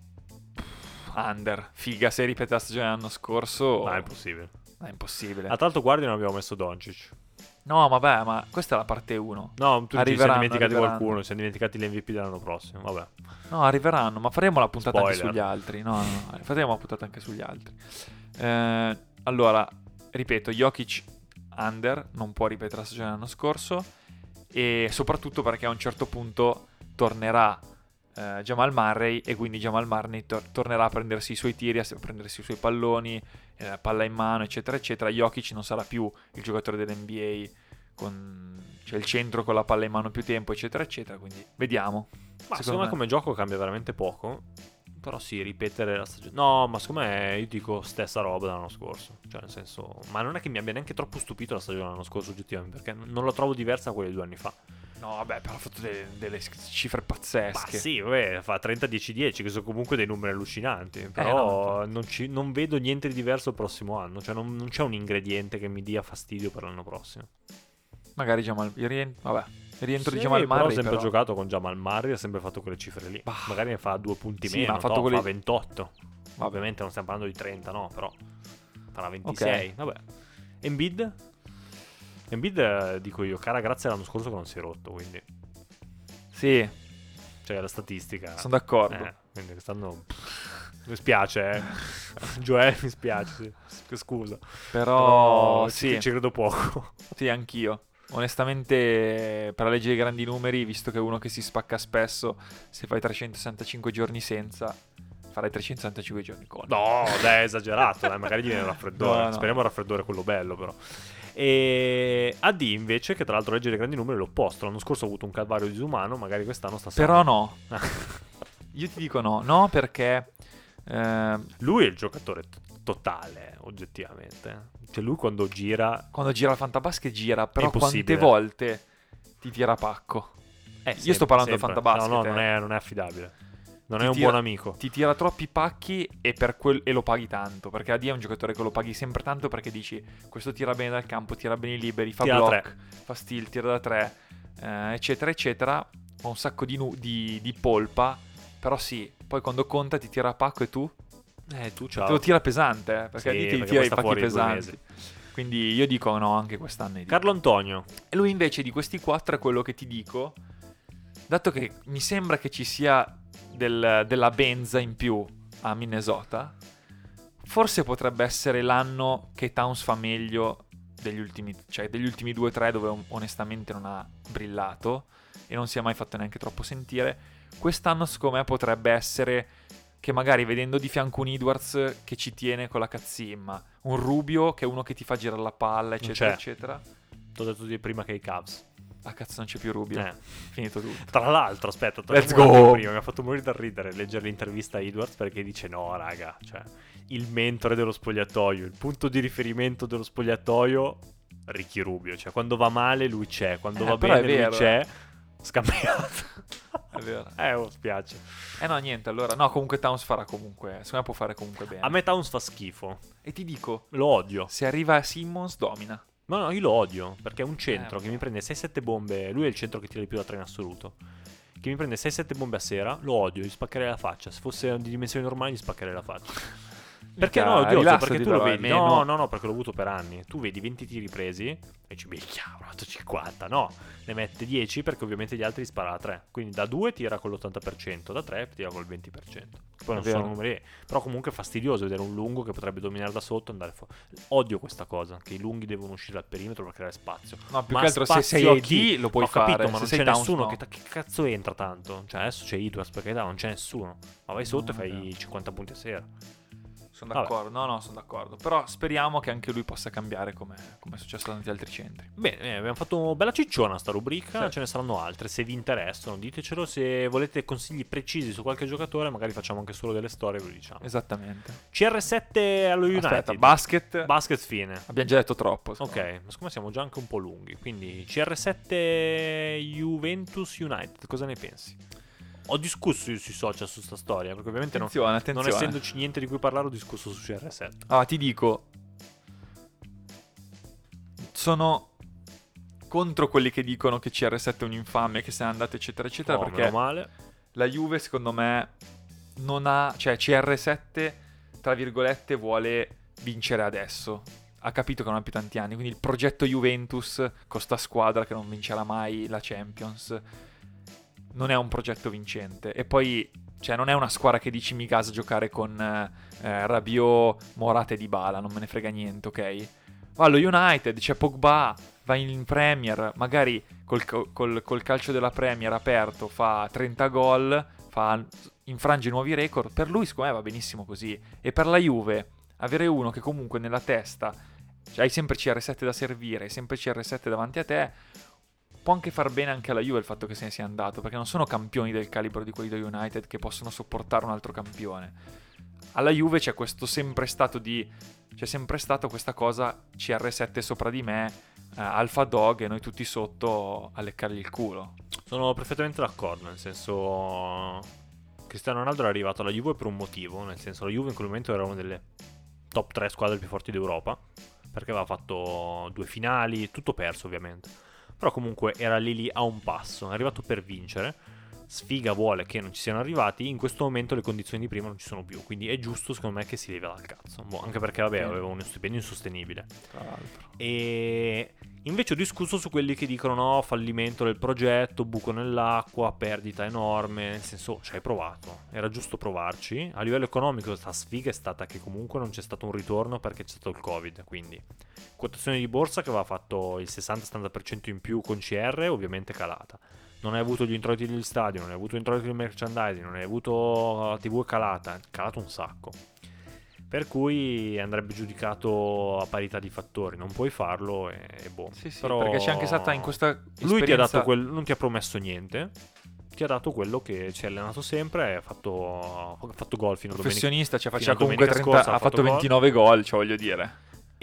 Under. Figa, se ripete la stagione dell'anno scorso. No, è impossibile. è impossibile. A tra l'altro guardi non abbiamo messo Doncic. No, vabbè, ma questa è la parte uno. No, tu ci Arriveranno, siamo dimenticati arriveranno. qualcuno, ci siamo dimenticati l'M V P dell'anno prossimo, vabbè. No, arriveranno, ma faremo la puntata Spoiler. anche sugli altri. No, no, no, faremo la puntata anche sugli altri. Eh, allora, ripeto, Jokic under, non può ripetere la stagione dell'anno scorso, e soprattutto perché a un certo punto tornerà eh, Jamal Murray, e quindi Jamal Murray tor- tornerà a prendersi i suoi tiri, a prendersi i suoi palloni, eh, palla in mano, eccetera, eccetera. Jokic non sarà più il giocatore dell'N B A con cioè il centro con la palla in mano più tempo, eccetera, eccetera. Quindi vediamo. Ma secondo, me come gioco cambia veramente poco. Però sì, ripetere la stagione. No, ma secondo me io dico stessa roba dell'anno scorso. Cioè, nel senso. Ma non è che mi abbia neanche troppo stupito la stagione dell'anno scorso, oggettivamente. Perché non la trovo diversa da quelle di due anni fa. No, vabbè, però ha fatto delle, delle cifre pazzesche. Ma sì, vabbè, fa trenta dieci dieci, che sono comunque dei numeri allucinanti. Però Eh, no, non, ci, non vedo niente di diverso il prossimo anno. Cioè, non, non c'è un ingrediente che mi dia fastidio per l'anno prossimo. Magari Jamal, il rientro, vabbè, il rientro Sì, di Jamal però Murray, ha sempre però. giocato con Jamal Murray, ha sempre fatto quelle cifre lì. Bah. Magari ne fa due punti Sì, meno, ma ha fatto no, quelli- fa ventotto. Vabbè. Ovviamente non stiamo parlando di trenta, no, però farà ventisei. Vabbè. Embiid? Embiid, eh, dico io, cara grazie all'anno scorso che non si è rotto, quindi Sì, cioè la statistica. sono d'accordo. Eh, quindi quest'anno mi spiace, eh. Joel, mi spiace, sì. Scusa. Però, Però sì, ci, ci credo poco. sì, anch'io. Onestamente, per la legge dei grandi numeri, visto che è uno che si spacca spesso, se fai trecentosessantacinque giorni senza, farai trecentosessantacinque giorni con. No, dai, è esagerato, dai, magari gli viene il raffreddore. No, no. Speriamo il raffreddore quello bello, però. E A D invece, che tra l'altro legge dei grandi numeri, è l'opposto. L'anno scorso ha avuto un calvario disumano, magari quest'anno sta Però sano. no, io ti dico no, no perché... eh, Lui è il giocatore t- totale, oggettivamente. Cioè lui quando gira... quando gira il fantabasket gira, però impossibile. quante volte ti tira pacco? Eh, Io sto parlando del sempre. fantabasket, No, no, non eh. è, non è affidabile. Non Ti è un tira- buon amico. Ti tira troppi pacchi e, per quel- e lo paghi tanto. Perché A D è un giocatore che lo paghi sempre tanto, perché dici questo tira bene dal campo, tira bene i liberi, fa Tira da block, tre. fa steal, tira da tre, eh, eccetera eccetera. Ha un sacco di, nu- di, di polpa. Però sì, poi quando conta ti tira a pacco e tu Eh, tu te ciao. lo tira pesante, eh, perché Sì, A D ti perché tira poi i sta pacchi fuori due pesanti. Quindi io dico no, anche quest'anno. è di- Carlo Antonio. E lui invece di questi quattro è quello che ti dico, dato che mi sembra che ci sia del- della benza in più a Minnesota, forse potrebbe essere l'anno che Towns fa meglio degli ultimi, cioè degli ultimi due o tre, dove on- onestamente non ha brillato e non si è mai fatto neanche troppo sentire. Quest'anno secondo me potrebbe essere che magari vedendo di fianco un Edwards che ci tiene con la cazzimma, un Rubio che è uno che ti fa girare la palla, eccetera c'è. eccetera. T'ho detto di prima che i Cavs. Ah cazzo, non c'è più Rubio. Eh. Finito tutto. Tra l'altro, aspetta, Let's torniamo un attimo go. prima, mi ha fatto morire da ridere leggere l'intervista a Edwards, perché dice no, raga, cioè il mentore dello spogliatoio, il punto di riferimento dello spogliatoio Ricky Rubio, cioè quando va male lui c'è, quando Eh, va però è bene lui vero. c'è, scambiato. È vero. Eh, oh, spiace. Eh no, niente, allora. No, comunque Towns farà comunque. Secondo me può fare comunque bene. A me Towns fa schifo, E ti dico, lo odio. se arriva a Simmons, domina. No, no, io lo odio, perché è un centro Eh, che mi prende sei sette bombe, lui è il centro che tira di più da tre in assoluto, che mi prende sei sette bombe a sera, lo odio, gli spaccherei la faccia, se fosse di dimensioni normali gli spaccherei la faccia. Perché no, è odioso, rilassati perché tu lo però, vedi, almeno. no, no, no, perché l'ho avuto per anni, tu vedi venti tiri presi e dici, minchia, ho fatto cinquanta, no, ne mette dieci perché ovviamente gli altri spara a tre, quindi da due tira con l'ottanta per cento, da tre tira col venti per cento, poi non È vero. sono numeri, però comunque è fastidioso vedere un lungo che potrebbe dominare da sotto e andare fuori. Odio questa cosa, che i lunghi devono uscire dal perimetro per creare spazio. No, più Ma che altro se spazio sei a A D chi? lo puoi Ho capito, fare. ma se non sei c'è Towns, nessuno no. che, che cazzo entra tanto. Cioè adesso c'è Edwards per carità, non c'è nessuno. Ma vai sotto No, e è fai vero. cinquanta punti a sera. Sono Vabbè. d'accordo, no, no, sono d'accordo. Però speriamo che anche lui possa cambiare come, come è successo a tanti altri centri. Bene, eh, abbiamo fatto una bella cicciona sta rubrica, Sì. ce ne saranno altre, se vi interessano ditecelo, se volete consigli precisi su qualche giocatore magari facciamo anche solo delle storie e ve lo diciamo. Esattamente. C R sette allo United. Aspetta, basket. Basket fine. Abbiamo già detto troppo. secondo me. Ok, ma siccome siamo già anche un po' lunghi, quindi C R sette Juventus United, cosa ne pensi? Ho discusso io sui social su sta storia, perché ovviamente non, Attenzione, non attenzione. essendoci niente di cui parlare ho discusso su C R sette. Ah, ti dico, sono contro quelli che dicono che C R sette è un infame, che se n'è andato eccetera eccetera, Oh, perché meno male. la Juve secondo me non ha, cioè C R sette tra virgolette vuole vincere adesso, ha capito che non ha più tanti anni, quindi il progetto Juventus con sta squadra che non vincerà mai la Champions non è un progetto vincente. E poi, cioè, non è una squadra che dici mi casa giocare con eh, Rabiot, Morata e Dybala, non me ne frega niente, ok? Va allo United, c'è Pogba, va in Premier, magari col, col, col calcio della Premier aperto fa trenta gol, fa, infrange nuovi record. Per lui, secondo me, va benissimo così. E per la Juve, avere uno che comunque nella testa, cioè, hai sempre C R sette da servire, hai sempre C R sette davanti a te, può anche far bene anche alla Juve il fatto che se ne sia andato, perché non sono campioni del calibro di quelli dello United che possono sopportare un altro campione. Alla Juve c'è questo sempre stato di c'è sempre stato questa cosa C R sette sopra di me, eh, Alpha Dog, e noi tutti sotto a leccargli il culo. Sono perfettamente d'accordo, nel senso Cristiano Ronaldo era arrivato alla Juve per un motivo, nel senso la Juve in quel momento era una delle top tre squadre più forti d'Europa, perché aveva fatto due finali, tutto perso ovviamente. Però comunque era lì lì a un passo, è arrivato per vincere. Sfiga vuole che non ci siano arrivati, in questo momento le condizioni di prima non ci sono più, quindi è giusto secondo me che si leva dal cazzo. Boh, anche perché vabbè aveva uno stipendio insostenibile. Tra l'altro. E invece ho discusso su quelli che dicono no, fallimento del progetto, buco nell'acqua, perdita enorme, nel senso ci hai provato, era giusto provarci. A livello economico questa sfiga è stata che comunque non c'è stato un ritorno perché c'è stato il Covid, quindi quotazione di borsa che aveva fatto il sessanta settanta per cento in più con C R, ovviamente calata. Non hai avuto gli introiti degli stadi, non hai avuto gli introiti del merchandising, non hai avuto la tivù, è calata, è calato un sacco. Per cui andrebbe giudicato a parità di fattori, non puoi farlo e, e boh. Sì, sì, Però perché c'è anche stata in questa lui ti ha dato esperienza- quel, non ti ha promesso niente, ti ha dato quello che si è allenato sempre, ha fatto, ha fatto gol fino a domenica. professionista, cioè fino faceva a comunque domenica trenta, scorsa, ha fatto gol. ventinove gol, cioè voglio dire.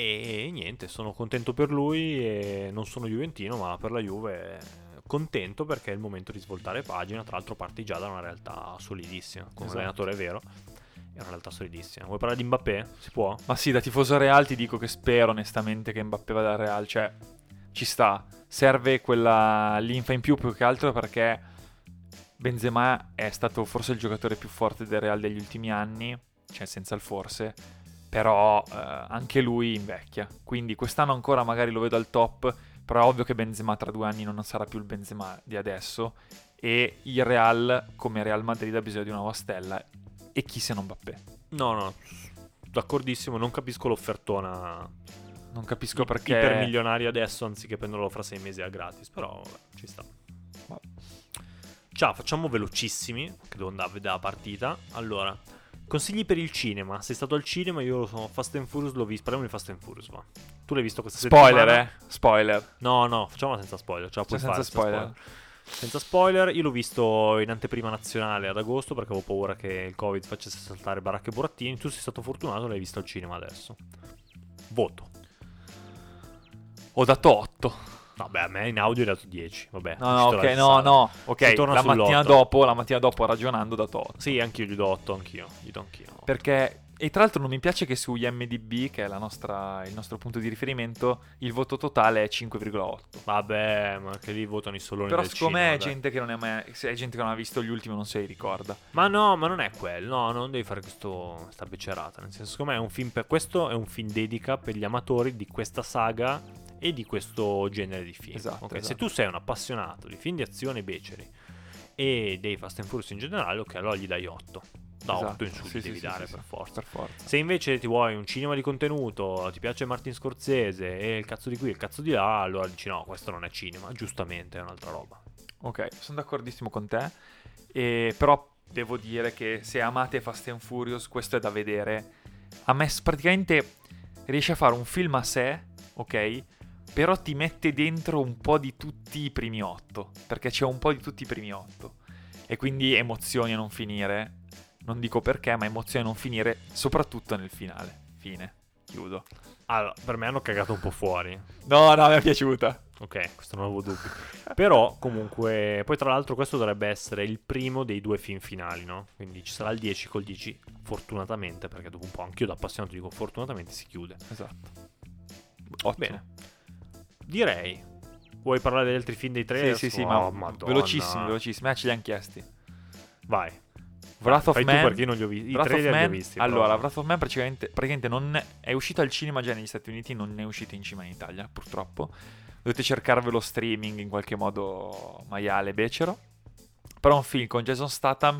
E niente, sono contento per lui e non sono juventino, ma per la Juve contento perché è il momento di svoltare pagina. Tra l'altro parti già da una realtà solidissima, come Esatto. allenatore vero, è una realtà solidissima. Vuoi parlare di Mbappé? Si può? Ma sì, da tifoso Real ti dico che spero onestamente che Mbappé vada al Real, cioè ci sta, serve quella linfa in più più che altro perché Benzema è stato forse il giocatore più forte del Real degli ultimi anni, cioè senza il forse, però eh, anche lui invecchia, quindi quest'anno ancora magari lo vedo al top, però è ovvio che Benzema tra due anni non sarà più il Benzema di adesso e il Real come Real Madrid ha bisogno di una nuova stella e chi se non Mbappé. No, no, d'accordissimo, non capisco l'offertona Non capisco i- perché ipermilionari adesso anziché prenderlo fra sei mesi a gratis, però vabbè, ci sta. Ciao, facciamo velocissimi, che devo andare a vedere la partita. Allora, consigli per il cinema. Sei stato al cinema, io sono Fast and Furious, l'ho visto. Parliamo di Fast and Furious, va. Tu l'hai visto questa spoiler, settimana? eh? Spoiler. No, no, facciamola senza spoiler. Ce la puoi Cioè, fare senza spoiler. Senza spoiler, io l'ho visto in anteprima nazionale ad agosto perché avevo paura che il Covid facesse saltare baracche e burattini. Tu sei stato fortunato, l'hai visto al cinema adesso. Voto. Ho dato otto. Vabbè, a me in audio hai dato dieci. Vabbè, No, no, uscito ok, dal no, sala. no, Si ok, torna la mattina sull'otto. dopo, la mattina dopo ragionando ho dato otto. Sì, anch'io gli do otto, anch'io. Gli do anch'io. Perché, e tra l'altro non mi piace che su I M D B, che è la nostra, il nostro punto di riferimento, il voto totale è cinque virgola otto. Vabbè, ma anche lì votano i soloni Però del secondo cinema, me è dai. gente che non è mai, se è gente che non ha visto gli ultimi non se li ricorda. Ma no, ma non è quello. No, non devi fare questo, sta becerata. Nel senso, secondo me è un film per questo è un film dedica per gli amatori di questa saga e di questo genere di film. Esatto, Ok, esatto. se tu sei un appassionato di film di azione beceri e dei Fast and Furious in generale, ok, allora gli dai otto. Da Esatto, otto in su sì, gli sì, devi sì, dare sì, per sì. forza. Per forza. Se invece ti vuoi un cinema di contenuto, ti piace Martin Scorsese e il cazzo di qui e il cazzo di là, allora dici no, questo non è cinema, giustamente è un'altra roba. Ok, sono d'accordissimo con te, e, però devo dire che se amate Fast and Furious, questo è da vedere. A me s- praticamente riesce a fare un film a sé, ok? Però ti mette dentro un po' di tutti i primi otto, perché c'è un po' di tutti i primi otto. E quindi emozioni a non finire. Non dico perché, ma emozioni a non finire, soprattutto nel finale. Fine. Chiudo. Allora, per me hanno cagato un po' fuori. No, no, mi è piaciuta. Ok, questo non avevo dubbi. Però comunque, poi tra l'altro questo dovrebbe essere il primo dei due film finali, no? Quindi ci sarà il dieci col dieci, fortunatamente, perché dopo un po' anch'io da appassionato dico fortunatamente si chiude. Esatto. Ottimo. Bene. Direi. Vuoi parlare degli altri film dei tre? Sì, sì, sì, Oh, ma Madonna. velocissimi, velocissimi. Ah, ce li hanno chiesti. Vai. Wrath of Fai Man. tu perché io non li ho visti. I Wrath of trailer li ho Man- visti. Allora, però. Wrath of Man praticamente, praticamente non è, è uscito al cinema già negli Stati Uniti, non è uscito in cinema in Italia, purtroppo. Dovete cercarvelo streaming in qualche modo maiale, becero. Però è un film con Jason Statham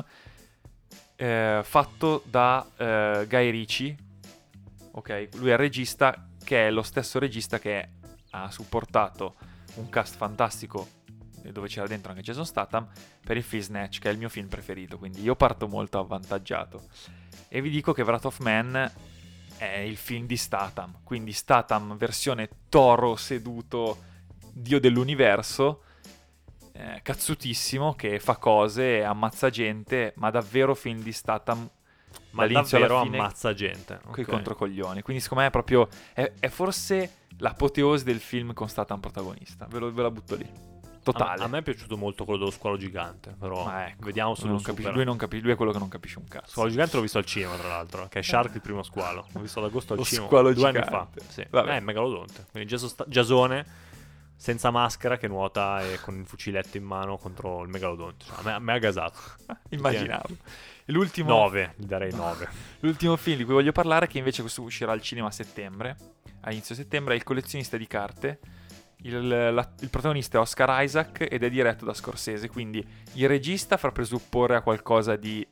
eh, fatto da eh, Guy Ritchie. Ok, lui è il regista, che è lo stesso regista che ha supportato un cast fantastico dove c'era dentro anche Jason Statham per il film Snatch, che è il mio film preferito, quindi io parto molto avvantaggiato. E vi dico che Wrath of Man è il film di Statham, quindi Statham versione toro seduto, dio dell'universo, eh, cazzutissimo, che fa cose, ammazza gente, ma davvero film di Statham Ma dall'inizio davvero alla fine ammazza gente. coi Ok. controcoglioni. Quindi secondo me è proprio è, è forse l'apoteosi del film con Statham protagonista, ve, lo, ve la butto lì. Totale. A, a me è piaciuto molto quello dello squalo gigante, però Ma ecco, vediamo se lui lo non capisce, supera. lui non capisce, lui è quello che non capisce un cazzo. Squalo gigante l'ho visto al cinema, tra l'altro, che è Shark il primo squalo. L'ho visto ad agosto al Lo cinema squalo due anni fa. gigante. Sì. Vabbè. Eh, megalodonte. Quindi Jason Sta- Jasone senza maschera che nuota e con il fuciletto in mano contro il megalodonte. Cioè, a me, a me ha gasato. Immaginavo. E L'ultimo, nove, gli darei nove. l'ultimo film di cui voglio parlare, che invece questo uscirà al cinema a settembre, a inizio settembre, è Il collezionista di carte. Il, la- il protagonista è Oscar Isaac ed è diretto da Scorsese, quindi il regista fa presupporre a qualcosa di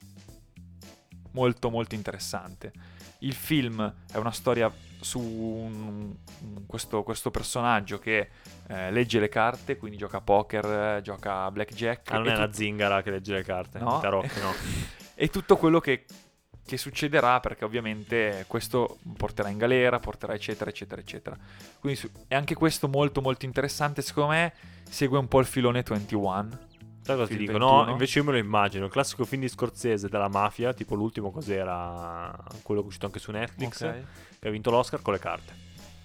molto molto interessante. Il film è una storia su un- un- questo, questo personaggio che eh, legge le carte, quindi gioca a poker, eh, gioca a blackjack. Ah, non e è tut- una zingara che legge le carte. No. Tarocchi, no. e tutto quello che, che succederà, perché ovviamente questo porterà in galera, porterà eccetera eccetera eccetera. Quindi su- è anche questo molto molto interessante, secondo me segue un po' il filone ventuno. Sai cosa ti Film dico? ventuno. No, invece io me lo immagino. Il classico film di Scorsese della mafia, tipo l'ultimo cos'era? Quello che è uscito anche su Netflix, Ok. che ha vinto l'Oscar con le carte.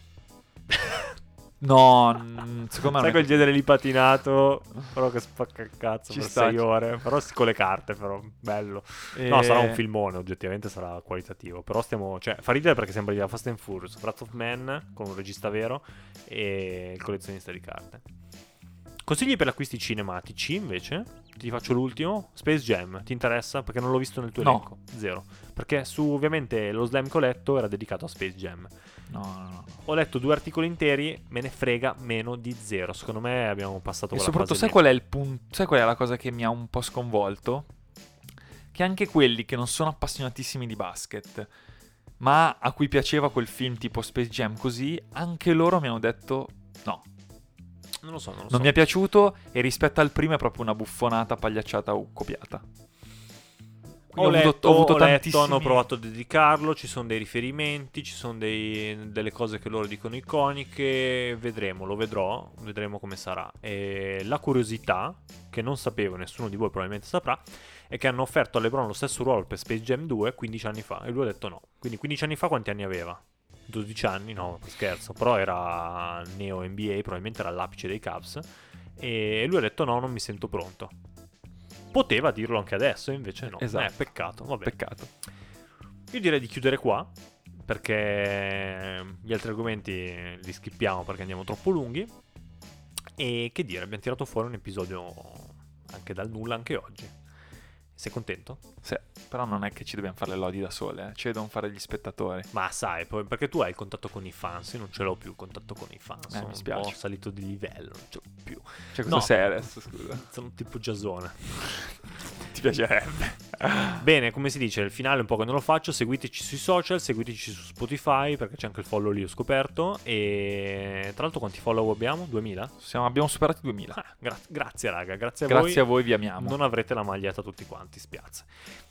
No, mm, secondo me Sai non è quel genere lì patinato, però che spacca il cazzo Ci per sta, sei ci- ore. Però sì, con le carte, però, bello. Eh, No, sarà un filmone, oggettivamente sarà qualitativo. Però stiamo, cioè, fa ridere perché sembra di Fast and Furious, Wrath of Man, con un regista vero, e il collezionista di carte. Consigli per acquisti cinematici, invece, ti faccio l'ultimo. Space Jam, ti interessa? Perché non l'ho visto nel tuo No. elenco. Zero. Perché su, ovviamente, lo slam che ho letto era dedicato a Space Jam. No, no, no. Ho letto due articoli interi, me ne frega meno di zero. Secondo me abbiamo passato E quella soprattutto fase sai lì. qual è il punto? Sai qual è la cosa che mi ha un po' sconvolto? Che anche quelli che non sono appassionatissimi di basket, ma a cui piaceva quel film tipo Space Jam così, anche loro mi hanno detto no, Non lo so, non lo non so. mi è piaciuto, e rispetto al primo è proprio una buffonata pagliacciata o copiata. Ho Quindi ho letto, avuto, ho avuto ho letto, tantissimi... hanno provato a dedicarlo, ci sono dei riferimenti, ci sono dei- delle cose che loro dicono iconiche, vedremo, lo vedrò, vedremo come sarà. E la curiosità, che non sapevo, nessuno di voi probabilmente saprà, è che hanno offerto a LeBron lo stesso ruolo per Space Jam due quindici anni fa, e lui ha detto no. Quindi quindici anni fa quanti anni aveva? dodici anni, no, scherzo, però era neo N B A, probabilmente era all'apice dei Cavs, e lui ha detto no, non mi sento pronto. Poteva dirlo anche adesso, invece no. Esatto. Eh, peccato, vabbè. Peccato. Io direi di chiudere qua, perché gli altri argomenti li skippiamo perché andiamo troppo lunghi. E che dire, abbiamo tirato fuori un episodio anche dal nulla anche oggi. Sei contento? Sì, però non è che ci dobbiamo fare le lodi da sole, eh. Ci devono fare gli spettatori. Ma sai, poi, perché tu hai il contatto con i fans, io non ce l'ho più il contatto con i fans. Eh, sono mi un spiace. po' salito di livello, non ce l'ho più. Cioè, cosa No. sei adesso, scusa? Sono tipo Giasone. Ti piacerebbe? Bene, come si dice, il finale è un po' che non lo faccio. Seguiteci sui social, seguiteci su Spotify, perché c'è anche il follow lì, ho scoperto. E tra l'altro quanti follow abbiamo? duemila? Siamo, abbiamo superato i duemila. Ah, gra- grazie raga, grazie a Grazie voi. a voi, vi amiamo. Non avrete la maglietta tutti quanti, spiazza.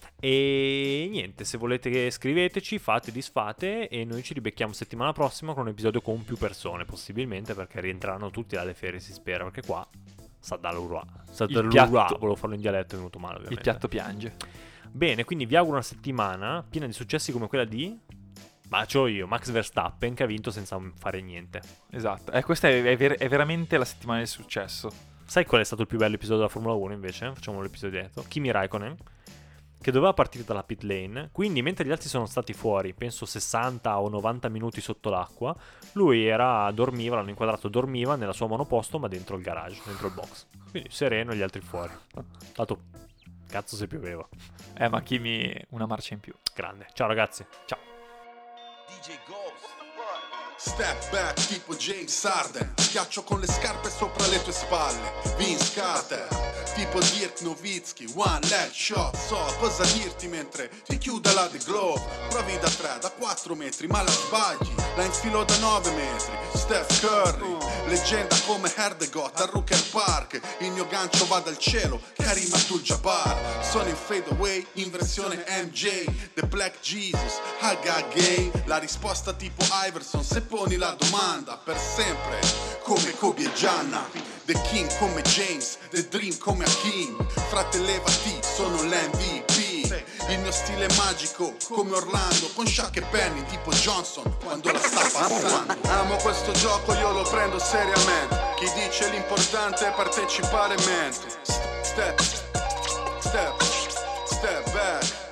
E niente, se volete scriveteci, fate, disfate, e noi ci ribecchiamo settimana prossima con un episodio con più persone, possibilmente, perché rientreranno tutti dalle ferie, si spera, perché qua sa dall'urà. Sa Il dall'urà, piatto- volevo farlo in dialetto, è venuto male Il ovviamente. piatto piange. Bene, quindi vi auguro una settimana piena di successi come quella di... Ma c'ho io, Max Verstappen, che ha vinto senza fare niente. Esatto. E questa è, è, ver- è veramente la settimana del successo. Sai qual è stato il più bello episodio della Formula uno invece? Facciamo l'episodio dietro. Kimi Raikkonen, che doveva partire dalla pit lane, quindi mentre gli altri sono stati fuori, penso sessanta o novanta minuti sotto l'acqua, lui era dormiva, l'hanno inquadrato, dormiva nella sua monoposto, ma dentro il garage, dentro il box. Quindi sereno, gli altri fuori. Tanto cazzo se pioveva. Eh, ma Kimi una marcia in più. Grande. Ciao ragazzi. Ciao. D J Ghost. Step back tipo James Harden, schiaccio con le scarpe sopra le tue spalle. Vince Carter, tipo Dirk Nowitzki, one leg shot. So cosa dirti mentre ti chiude la The Glove. Provi da tre, da quattro metri, ma la sbagli. La infilo da nove metri. Steph Curry, leggenda come Herdegot a Rooker Park. Il mio gancio va dal cielo, Karim Abdul-Jabbar. Sono in fadeaway in versione M J, The Black Jesus, Haga Gay. La risposta tipo Iverson, se poni la domanda per sempre, come Kobe e Gianna. The King come James, The Dream come Hakim. Frate levati, sono l'M V P. Il mio stile è magico come Orlando, con Shaq e Penny tipo Johnson quando la sta passando. Amo questo gioco, io lo prendo seriamente. Chi dice l'importante è partecipare mente. Step, step, step back.